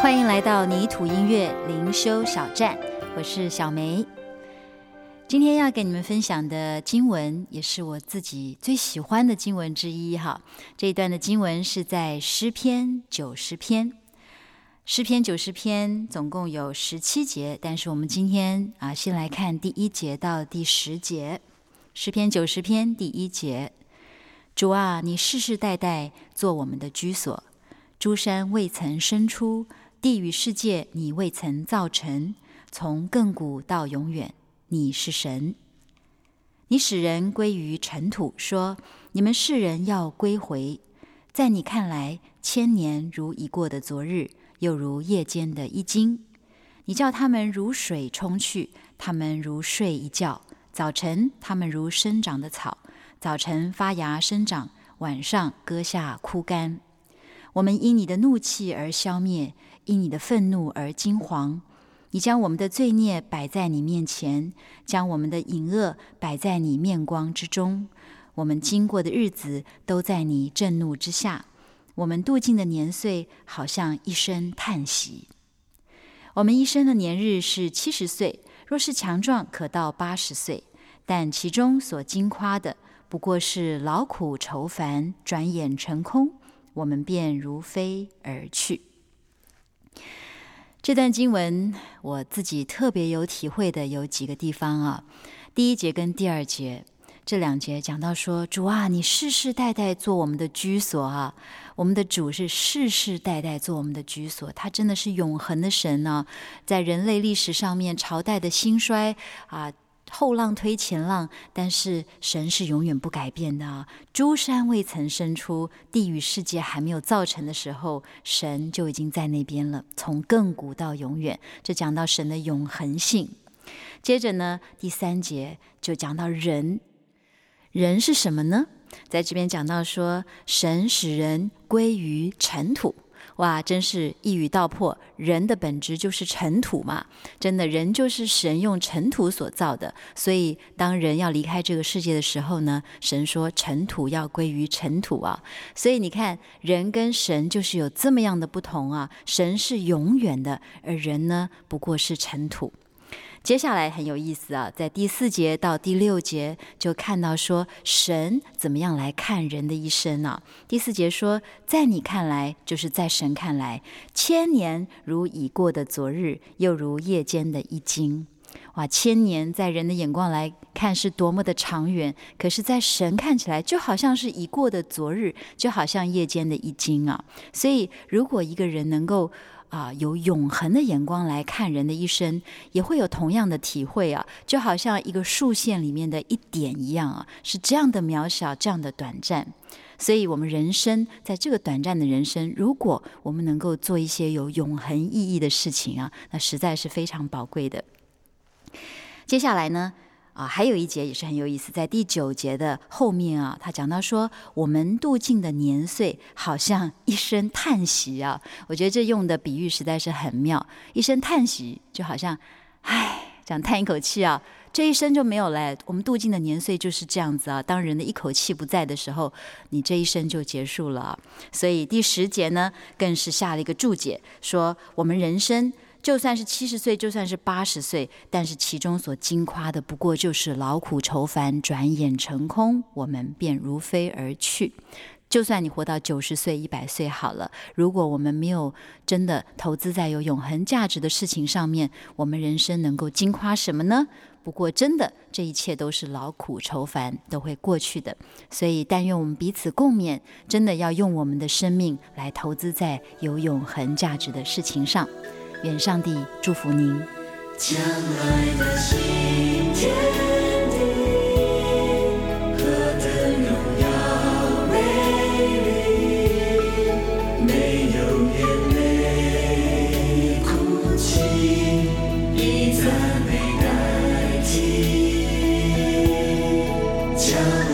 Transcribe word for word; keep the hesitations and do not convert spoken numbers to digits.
欢迎来到泥土音乐灵修小站，我是小梅。今天要跟你们分享的经文也是我自己最喜欢的经文之一哈。这一段的经文是在诗篇九十篇，诗篇九十篇总共有十七节，但是我们今天啊，先来看第一节到第十节。诗篇九十篇第一节：主啊，你世世代代做我们的居所，诸山未曾生出，地与世界你未曾造成，从亘古到永远，你是神。你使人归于尘土，说你们世人要归回。在你看来，千年如已过的昨日，又如夜间的一惊。你叫他们如水冲去，他们如睡一觉。早晨他们如生长的草，早晨发芽生长，晚上割下枯干。我们因你的怒气而消灭，因你的愤怒而惊惶。你将我们的罪孽摆在你面前，将我们的隐恶摆在你面光之中。我们经过的日子都在你震怒之下，我们度尽的年岁好像一声叹息。我们一生的年日是七十岁，若是强壮，可到八十岁。但其中所经夸的，不过是劳苦愁烦，转眼成空，我们便如飞而去。这段经文我自己特别有体会的有几个地方啊。第一节跟第二节，这两节讲到说，主啊，你世世代代做我们的居所啊。我们的主是世世代代做我们的居所，他真的是永恒的神啊。在人类历史上面，朝代的兴衰啊，后浪推前浪，但是神是永远不改变的啊。诸山未曾生出，地与世界还没有造成的时候，神就已经在那边了，从亘古到永远。这讲到神的永恒性。接着呢，第三节就讲到人，人是什么呢？在这边讲到说，神使人归于尘土。哇，真是一语道破，人的本质就是尘土嘛。真的，人就是神用尘土所造的，所以当人要离开这个世界的时候呢，神说尘土要归于尘土啊。所以你看，人跟神就是有这么样的不同啊。神是永远的，而人呢，不过是尘土。接下来很有意思啊，在第四节到第六节就看到说，神怎么样来看人的一生啊。第四节说，在你看来，就是在神看来，千年如已过的昨日，又如夜间的一惊。哇，千年在人的眼光来看是多么的长远，可是在神看起来就好像是已过的昨日，就好像夜间的一惊啊。所以如果一个人能够啊，有永恒的眼光来看人的一生，也会有同样的体会啊，就好像一个竖线里面的一点一样啊，是这样的渺小，这样的短暂。所以我们人生在这个短暂的人生，如果我们能够做一些有永恒意义的事情啊，那实在是非常宝贵的。接下来呢啊，还有一节也是很有意思，在第九节的后面啊，他讲到说，我们度尽的年岁好像一声叹息啊。我觉得这用的比喻实在是很妙，一声叹息就好像唉，这样叹一口气啊，这一生就没有了。我们度尽的年岁就是这样子啊，当人的一口气不在的时候，你这一生就结束了。所以第十节呢，更是下了一个注解，说我们人生就算是七十岁，就算是八十岁，但是其中所经夸的不过就是劳苦愁烦，转眼成空，我们便如飞而去。就算你活到九十岁、一百岁好了，如果我们没有真的投资在有永恒价值的事情上面，我们人生能够经夸什么呢？不过真的，这一切都是劳苦愁烦，都会过去的。所以但愿我们彼此共勉，真的要用我们的生命来投资在有永恒价值的事情上。愿上帝祝福您。 将来的新天地何等荣耀美丽，没有眼泪哭泣，以赞美代替。将